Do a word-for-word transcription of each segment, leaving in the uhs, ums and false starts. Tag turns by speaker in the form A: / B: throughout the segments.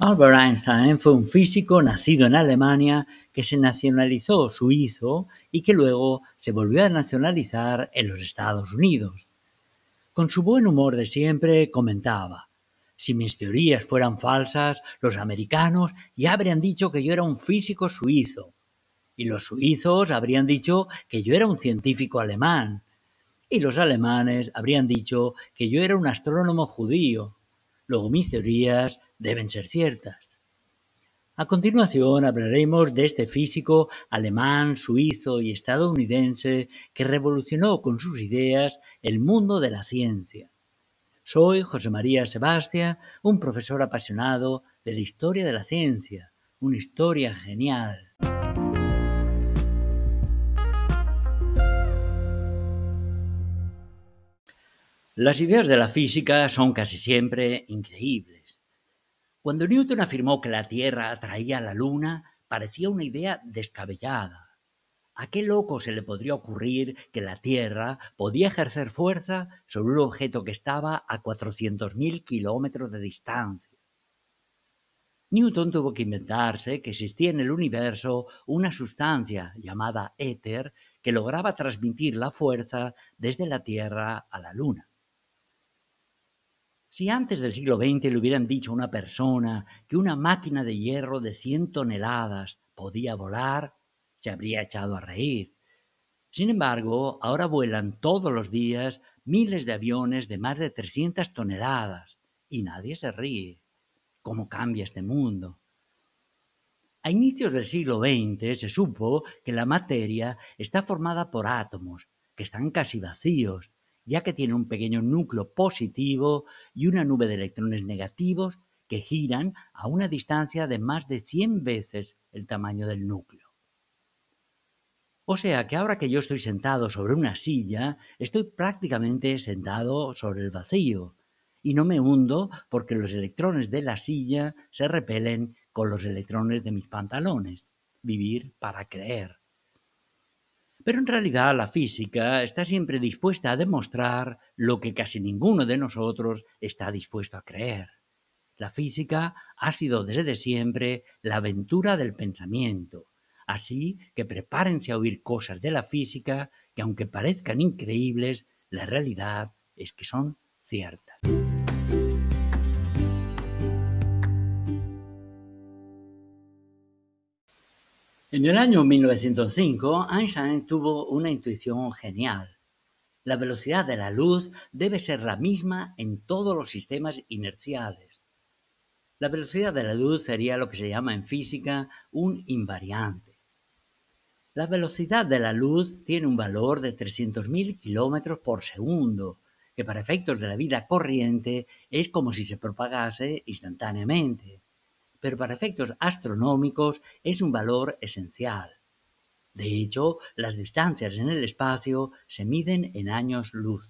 A: Albert Einstein fue un físico nacido en Alemania que se nacionalizó suizo y que luego se volvió a nacionalizar en los Estados Unidos. Con su buen humor de siempre comentaba: si mis teorías fueran falsas, los americanos ya habrían dicho que yo era un físico suizo, y los suizos habrían dicho que yo era un científico alemán, y los alemanes habrían dicho que yo era un astrónomo judío. Luego mis teorías deben ser ciertas. A continuación hablaremos de este físico alemán, suizo y estadounidense que revolucionó con sus ideas el mundo de la ciencia. Soy José María Sebastia, un profesor apasionado de la historia de la ciencia, una historia genial. Las ideas de la física son casi siempre increíbles. Cuando Newton afirmó que la Tierra atraía a la Luna, parecía una idea descabellada. ¿A qué loco se le podría ocurrir que la Tierra podía ejercer fuerza sobre un objeto que estaba a cuatrocientos mil kilómetros de distancia? Newton tuvo que inventarse que existía en el universo una sustancia llamada éter que lograba transmitir la fuerza desde la Tierra a la Luna. Si antes del siglo veinte le hubieran dicho a una persona que una máquina de hierro de cien toneladas podía volar, se habría echado a reír. Sin embargo, ahora vuelan todos los días miles de aviones de más de trescientas toneladas y nadie se ríe. ¿Cómo cambia este mundo? A inicios del siglo veinte se supo que la materia está formada por átomos que están casi vacíos, ya que tiene un pequeño núcleo positivo y una nube de electrones negativos que giran a una distancia de más de cien veces el tamaño del núcleo. O sea que ahora que yo estoy sentado sobre una silla, estoy prácticamente sentado sobre el vacío y no me hundo porque los electrones de la silla se repelen con los electrones de mis pantalones. Vivir para creer. Pero en realidad la física está siempre dispuesta a demostrar lo que casi ninguno de nosotros está dispuesto a creer. La física ha sido desde siempre la aventura del pensamiento. Así que prepárense a oír cosas de la física que, aunque parezcan increíbles, la realidad es que son ciertas. En el año mil novecientos cinco, Einstein tuvo una intuición genial. La velocidad de la luz debe ser la misma en todos los sistemas inerciales. La velocidad de la luz sería lo que se llama en física un invariante. La velocidad de la luz tiene un valor de trescientos mil kilómetros por segundo, que para efectos de la vida corriente es como si se propagase instantáneamente, pero para efectos astronómicos es un valor esencial. De hecho, las distancias en el espacio se miden en años luz.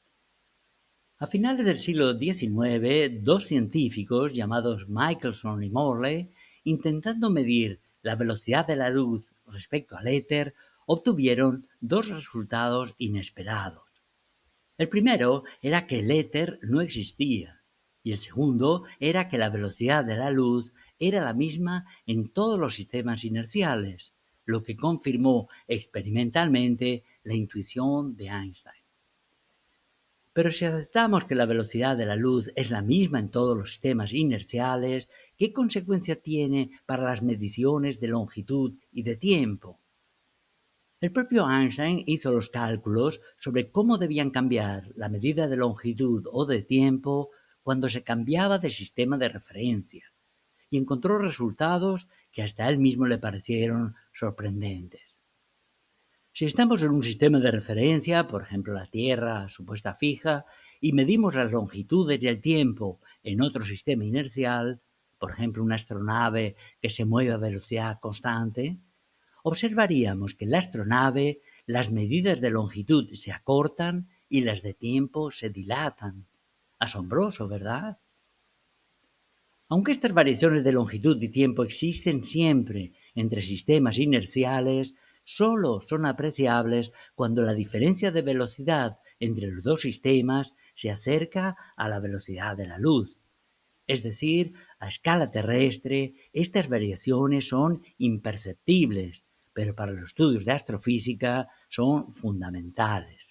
A: A finales del siglo diecinueve, dos científicos llamados Michelson y Morley, intentando medir la velocidad de la luz respecto al éter, obtuvieron dos resultados inesperados. El primero era que el éter no existía, y el segundo era que la velocidad de la luz era la misma en todos los sistemas inerciales, lo que confirmó experimentalmente la intuición de Einstein. Pero si aceptamos que la velocidad de la luz es la misma en todos los sistemas inerciales, ¿qué consecuencia tiene para las mediciones de longitud y de tiempo? El propio Einstein hizo los cálculos sobre cómo debían cambiar la medida de longitud o de tiempo cuando se cambiaba de sistema de referencia, y encontró resultados que hasta él mismo le parecieron sorprendentes. Si estamos en un sistema de referencia, por ejemplo la Tierra, su puesta fija, y medimos las longitudes y el tiempo en otro sistema inercial, por ejemplo una astronave que se mueve a velocidad constante, observaríamos que en la astronave las medidas de longitud se acortan y las de tiempo se dilatan. Asombroso, ¿verdad? Aunque estas variaciones de longitud y tiempo existen siempre entre sistemas inerciales, solo son apreciables cuando la diferencia de velocidad entre los dos sistemas se acerca a la velocidad de la luz. Es decir, a escala terrestre, estas variaciones son imperceptibles, pero para los estudios de astrofísica son fundamentales.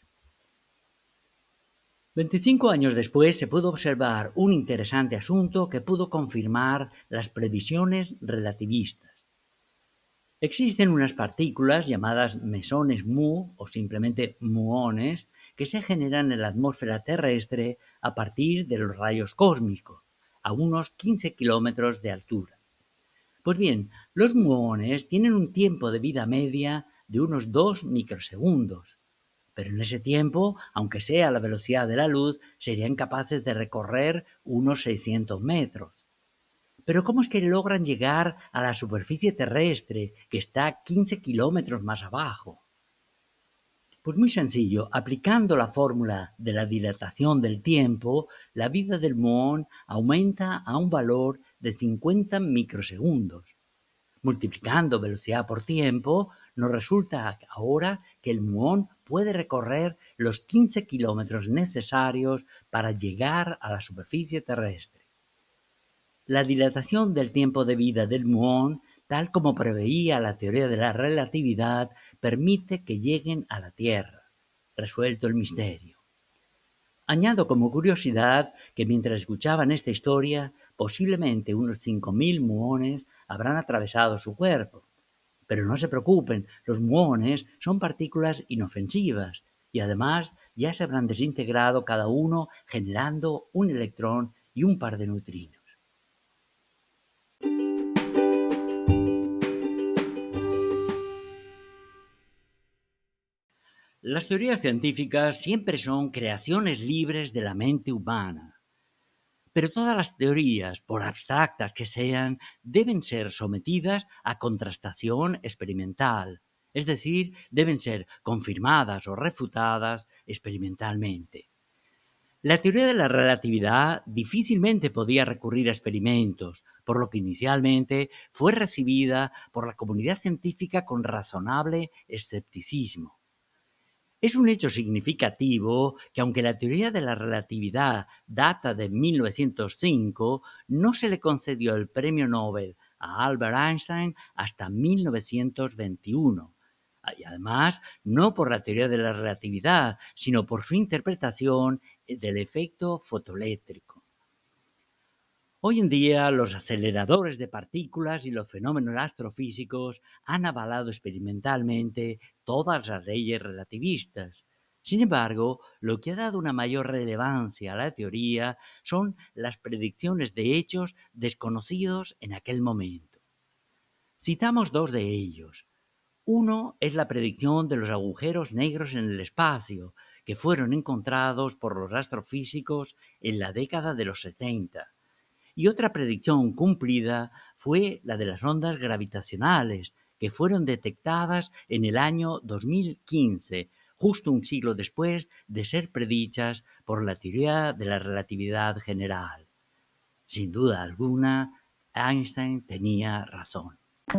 A: veinticinco años después se pudo observar un interesante asunto que pudo confirmar las previsiones relativistas. Existen unas partículas llamadas mesones mu o simplemente muones que se generan en la atmósfera terrestre a partir de los rayos cósmicos, a unos quince kilómetros de altura. Pues bien, los muones tienen un tiempo de vida media de unos dos microsegundos, pero en ese tiempo, aunque sea a la velocidad de la luz, serían capaces de recorrer unos seiscientos metros. Pero ¿cómo es que logran llegar a la superficie terrestre, que está quince kilómetros más abajo? Pues muy sencillo, aplicando la fórmula de la dilatación del tiempo, la vida del muón aumenta a un valor de cincuenta microsegundos. Multiplicando velocidad por tiempo, nos resulta ahora que el muón puede recorrer los quince kilómetros necesarios para llegar a la superficie terrestre. La dilatación del tiempo de vida del muón, tal como preveía la teoría de la relatividad, permite que lleguen a la Tierra, resuelto el misterio. Añado como curiosidad que mientras escuchaban esta historia, posiblemente unos cinco mil muones habrán atravesado su cuerpo. Pero no se preocupen, los muones son partículas inofensivas y además ya se habrán desintegrado cada uno generando un electrón y un par de neutrinos. Las teorías científicas siempre son creaciones libres de la mente humana. Pero todas las teorías, por abstractas que sean, deben ser sometidas a contrastación experimental, es decir, deben ser confirmadas o refutadas experimentalmente. La teoría de la relatividad difícilmente podía recurrir a experimentos, por lo que inicialmente fue recibida por la comunidad científica con razonable escepticismo. Es un hecho significativo que aunque la teoría de la relatividad data de mil novecientos cinco, no se le concedió el premio Nobel a Albert Einstein hasta mil novecientos veintiuno. Y además, no por la teoría de la relatividad, sino por su interpretación del efecto fotoeléctrico. Hoy en día, los aceleradores de partículas y los fenómenos astrofísicos han avalado experimentalmente todas las leyes relativistas. Sin embargo, lo que ha dado una mayor relevancia a la teoría son las predicciones de hechos desconocidos en aquel momento. Citamos dos de ellos. Uno es la predicción de los agujeros negros en el espacio, que fueron encontrados por los astrofísicos en la década de los setenta. Y otra predicción cumplida fue la de las ondas gravitacionales, que fueron detectadas en el año dos mil quince, justo un siglo después de ser predichas por la teoría de la relatividad general. Sin duda alguna, Einstein tenía razón.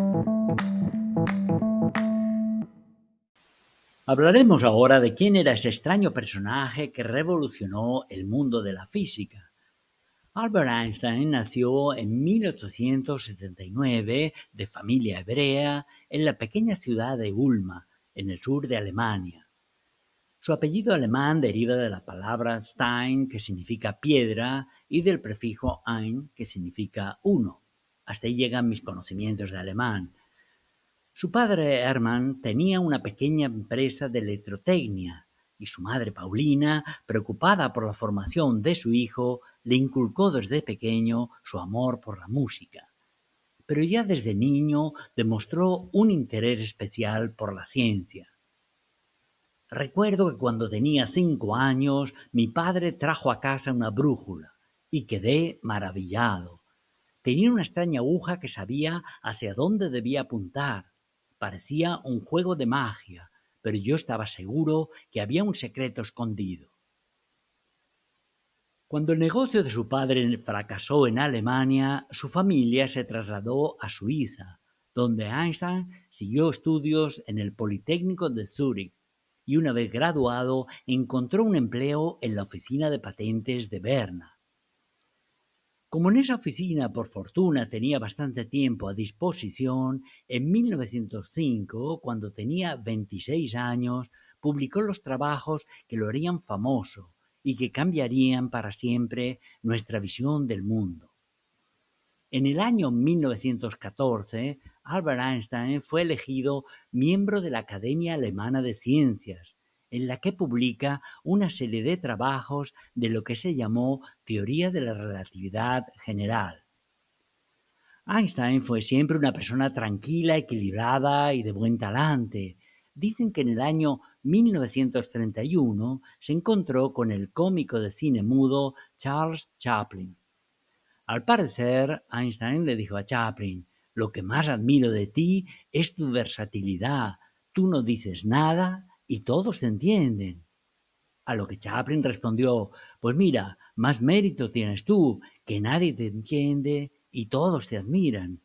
A: Hablaremos ahora de quién era ese extraño personaje que revolucionó el mundo de la física. Albert Einstein nació en mil ochocientos setenta y nueve de familia hebrea en la pequeña ciudad de Ulma, en el sur de Alemania. Su apellido alemán deriva de la palabra Stein, que significa piedra, y del prefijo ein, que significa uno. Hasta ahí llegan mis conocimientos de alemán. Su padre Hermann tenía una pequeña empresa de electrotecnia y su madre Paulina, preocupada por la formación de su hijo, le inculcó desde pequeño su amor por la música. Pero ya desde niño demostró un interés especial por la ciencia. Recuerdo que cuando tenía cinco años mi padre trajo a casa una brújula y quedé maravillado. Tenía una extraña aguja que sabía hacia dónde debía apuntar. Parecía un juego de magia, pero yo estaba seguro que había un secreto escondido. Cuando el negocio de su padre fracasó en Alemania, su familia se trasladó a Suiza, donde Einstein siguió estudios en el Politécnico de Zúrich y una vez graduado encontró un empleo en la oficina de patentes de Berna. Como en esa oficina, por fortuna, tenía bastante tiempo a disposición, en mil novecientos cinco, cuando tenía veintiséis años, publicó los trabajos que lo harían famoso y que cambiarían para siempre nuestra visión del mundo. En el año mil novecientos catorce, Albert Einstein fue elegido miembro de la Academia Alemana de Ciencias, en la que publica una serie de trabajos de lo que se llamó Teoría de la Relatividad General. Einstein fue siempre una persona tranquila, equilibrada y de buen talante. Dicen que en el año mil novecientos treinta y uno se encontró con el cómico de cine mudo Charles Chaplin. Al parecer, Einstein le dijo a Chaplin: «Lo que más admiro de ti es tu versatilidad. Tú no dices nada y todos te entienden». A lo que Chaplin respondió: «Pues mira, más mérito tienes tú, que nadie te entiende y todos te admiran».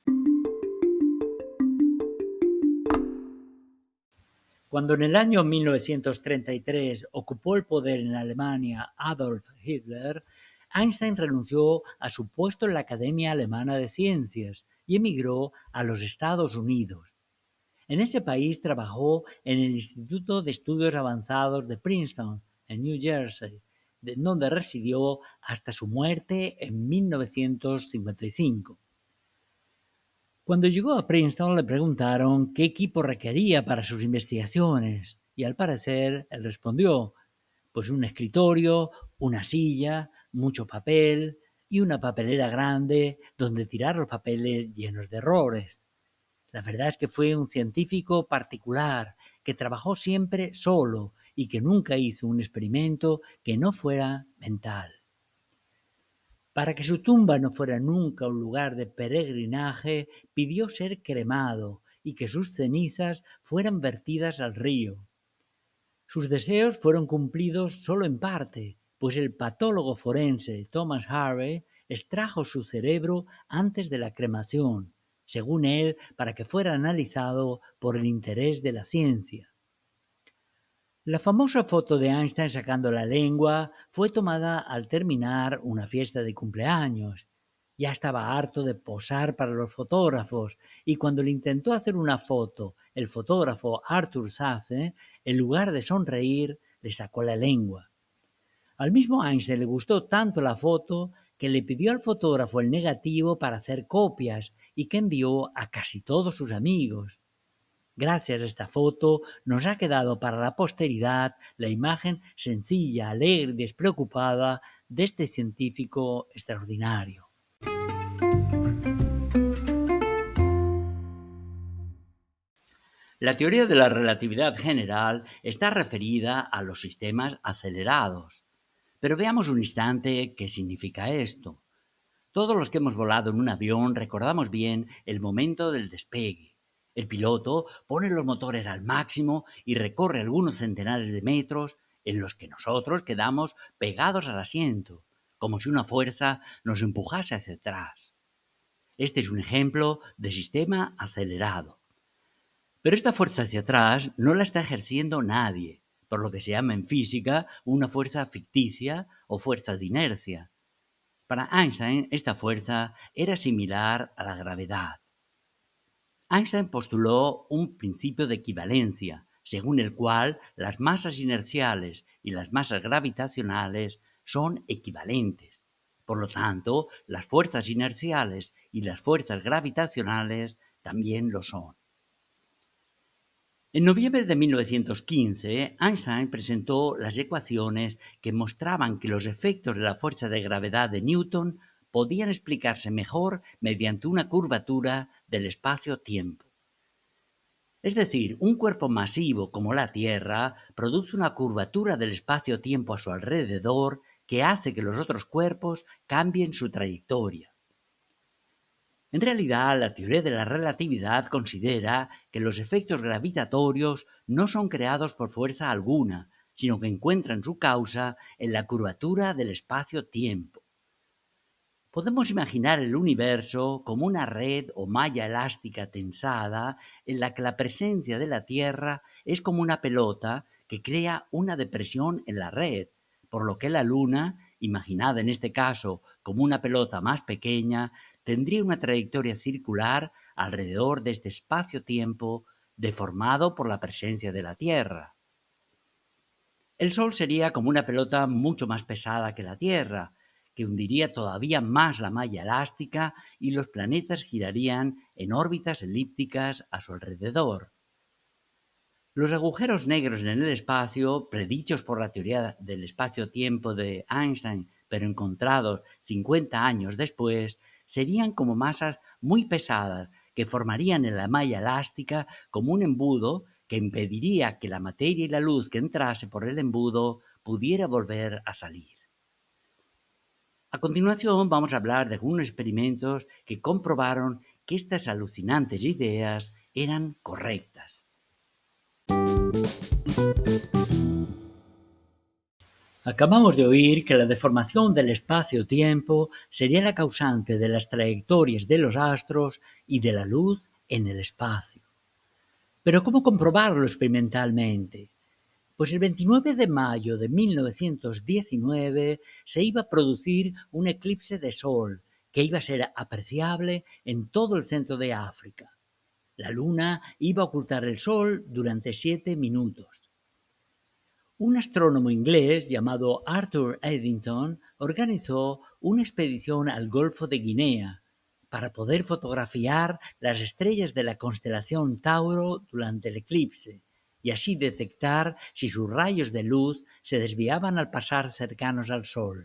A: Cuando en el año mil novecientos treinta y tres ocupó el poder en Alemania Adolf Hitler, Einstein renunció a su puesto en la Academia Alemana de Ciencias y emigró a los Estados Unidos. En ese país trabajó en el Instituto de Estudios Avanzados de Princeton, en New Jersey, de donde residió hasta su muerte en mil novecientos cincuenta y cinco. Cuando llegó a Princeton le preguntaron qué equipo requería para sus investigaciones y al parecer él respondió: «Pues un escritorio, una silla, mucho papel y una papelera grande donde tirar los papeles llenos de errores». La verdad es que fue un científico particular que trabajó siempre solo y que nunca hizo un experimento que no fuera mental. Para que su tumba no fuera nunca un lugar de peregrinaje, pidió ser cremado y que sus cenizas fueran vertidas al río. Sus deseos fueron cumplidos solo en parte, pues el patólogo forense Thomas Harvey extrajo su cerebro antes de la cremación, según él, para que fuera analizado por el interés de la ciencia. La famosa foto de Einstein sacando la lengua fue tomada al terminar una fiesta de cumpleaños. Ya estaba harto de posar para los fotógrafos y cuando le intentó hacer una foto el fotógrafo Arthur Sasse, en lugar de sonreír, le sacó la lengua. Al mismo Einstein le gustó tanto la foto que le pidió al fotógrafo el negativo para hacer copias y que envió a casi todos sus amigos. Gracias a esta foto nos ha quedado para la posteridad la imagen sencilla, alegre y despreocupada de este científico extraordinario. La teoría de la relatividad general está referida a los sistemas acelerados. Pero veamos un instante qué significa esto. Todos los que hemos volado en un avión recordamos bien el momento del despegue. El piloto pone los motores al máximo y recorre algunos centenares de metros en los que nosotros quedamos pegados al asiento, como si una fuerza nos empujase hacia atrás. Este es un ejemplo de sistema acelerado. Pero esta fuerza hacia atrás no la está ejerciendo nadie, por lo que se llama en física una fuerza ficticia o fuerza de inercia. Para Einstein, esta fuerza era similar a la gravedad. Einstein postuló un principio de equivalencia, según el cual las masas inerciales y las masas gravitacionales son equivalentes. Por lo tanto, las fuerzas inerciales y las fuerzas gravitacionales también lo son. En noviembre de mil novecientos quince, Einstein presentó las ecuaciones que mostraban que los efectos de la fuerza de gravedad de Newton podían explicarse mejor mediante una curvatura del espacio-tiempo. Es decir, un cuerpo masivo como la Tierra produce una curvatura del espacio-tiempo a su alrededor que hace que los otros cuerpos cambien su trayectoria. En realidad, la teoría de la relatividad considera que los efectos gravitatorios no son creados por fuerza alguna, sino que encuentran su causa en la curvatura del espacio-tiempo. Podemos imaginar el universo como una red o malla elástica tensada en la que la presencia de la Tierra es como una pelota que crea una depresión en la red, por lo que la Luna imaginada en este caso como una pelota más pequeña, tendría una trayectoria circular alrededor de este espacio-tiempo deformado por la presencia de la Tierra. El Sol sería como una pelota mucho más pesada que la Tierra, que hundiría todavía más la malla elástica y los planetas girarían en órbitas elípticas a su alrededor. Los agujeros negros en el espacio, predichos por la teoría del espacio-tiempo de Einstein, pero encontrados cincuenta años después, serían como masas muy pesadas que formarían en la malla elástica como un embudo que impediría que la materia y la luz que entrase por el embudo pudiera volver a salir. A continuación vamos a hablar de algunos experimentos que comprobaron que estas alucinantes ideas eran correctas. Acabamos de oír que la deformación del espacio-tiempo sería la causante de las trayectorias de los astros y de la luz en el espacio. Pero ¿cómo comprobarlo experimentalmente? Pues el veintinueve de mayo de mil novecientos diecinueve se iba a producir un eclipse de sol que iba a ser apreciable en todo el centro de África. La luna iba a ocultar el sol durante siete minutos. Un astrónomo inglés llamado Arthur Eddington organizó una expedición al Golfo de Guinea para poder fotografiar las estrellas de la constelación Tauro durante el eclipse y así detectar si sus rayos de luz se desviaban al pasar cercanos al Sol.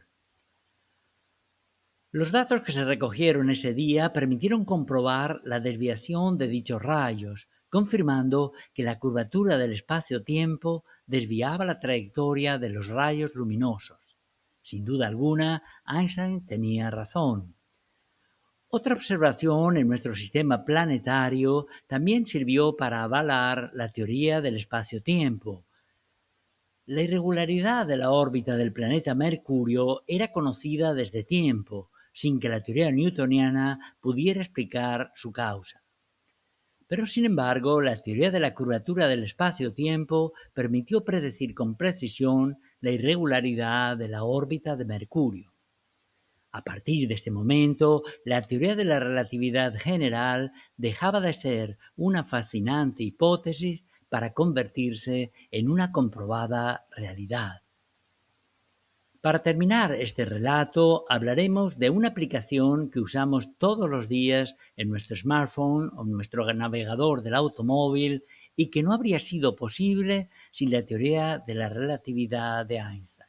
A: Los datos que se recogieron ese día permitieron comprobar la desviación de dichos rayos, confirmando que la curvatura del espacio-tiempo desviaba la trayectoria de los rayos luminosos. Sin duda alguna, Einstein tenía razón. Otra observación en nuestro sistema planetario también sirvió para avalar la teoría del espacio-tiempo. La irregularidad de la órbita del planeta Mercurio era conocida desde tiempo, sin que la teoría newtoniana pudiera explicar su causa. Pero, sin embargo, la teoría de la curvatura del espacio-tiempo permitió predecir con precisión la irregularidad de la órbita de Mercurio. A partir de este momento, la teoría de la relatividad general dejaba de ser una fascinante hipótesis para convertirse en una comprobada realidad. Para terminar este relato, hablaremos de una aplicación que usamos todos los días en nuestro smartphone o nuestro navegador del automóvil y que no habría sido posible sin la teoría de la relatividad de Einstein.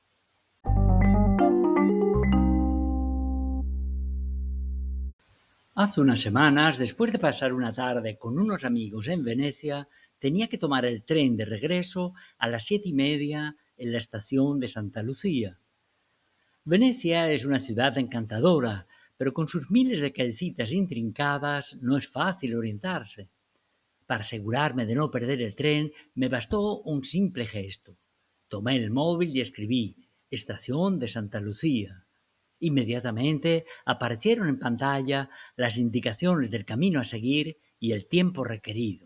A: Hace unas semanas, después de pasar una tarde con unos amigos en Venecia, tenía que tomar el tren de regreso a las siete y media en la estación de Santa Lucía. Venecia es una ciudad encantadora, pero con sus miles de callecitas intrincadas no es fácil orientarse. Para asegurarme de no perder el tren, me bastó un simple gesto. Tomé el móvil y escribí Estación de Santa Lucía. Inmediatamente aparecieron en pantalla las indicaciones del camino a seguir y el tiempo requerido.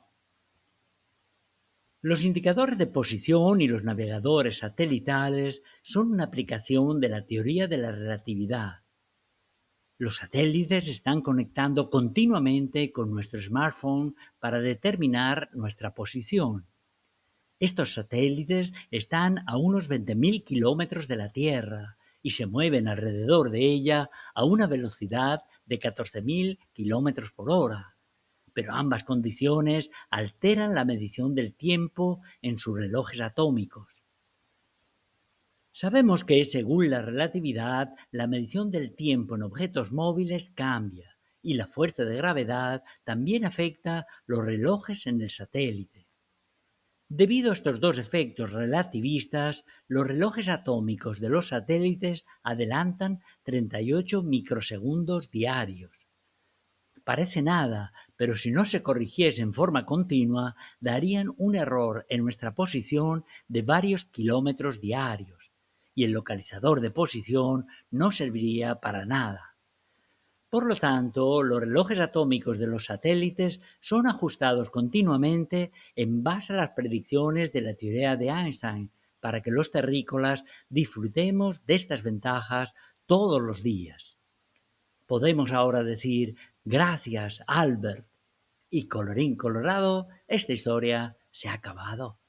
A: Los indicadores de posición y los navegadores satelitales son una aplicación de la teoría de la relatividad. Los satélites están conectando continuamente con nuestro smartphone para determinar nuestra posición. Estos satélites están a unos veinte mil kilómetros de la Tierra y se mueven alrededor de ella a una velocidad de catorce mil kilómetros por hora. Pero ambas condiciones alteran la medición del tiempo en sus relojes atómicos. Sabemos que, según la relatividad, la medición del tiempo en objetos móviles cambia y la fuerza de gravedad también afecta los relojes en el satélite. Debido a estos dos efectos relativistas, los relojes atómicos de los satélites adelantan treinta y ocho microsegundos diarios. Parece nada, pero si no se corrigiese en forma continua, darían un error en nuestra posición de varios kilómetros diarios, y el localizador de posición no serviría para nada. Por lo tanto, los relojes atómicos de los satélites son ajustados continuamente en base a las predicciones de la teoría de Einstein para que los terrícolas disfrutemos de estas ventajas todos los días. Podemos ahora decir gracias, Albert, y colorín colorado, esta historia se ha acabado.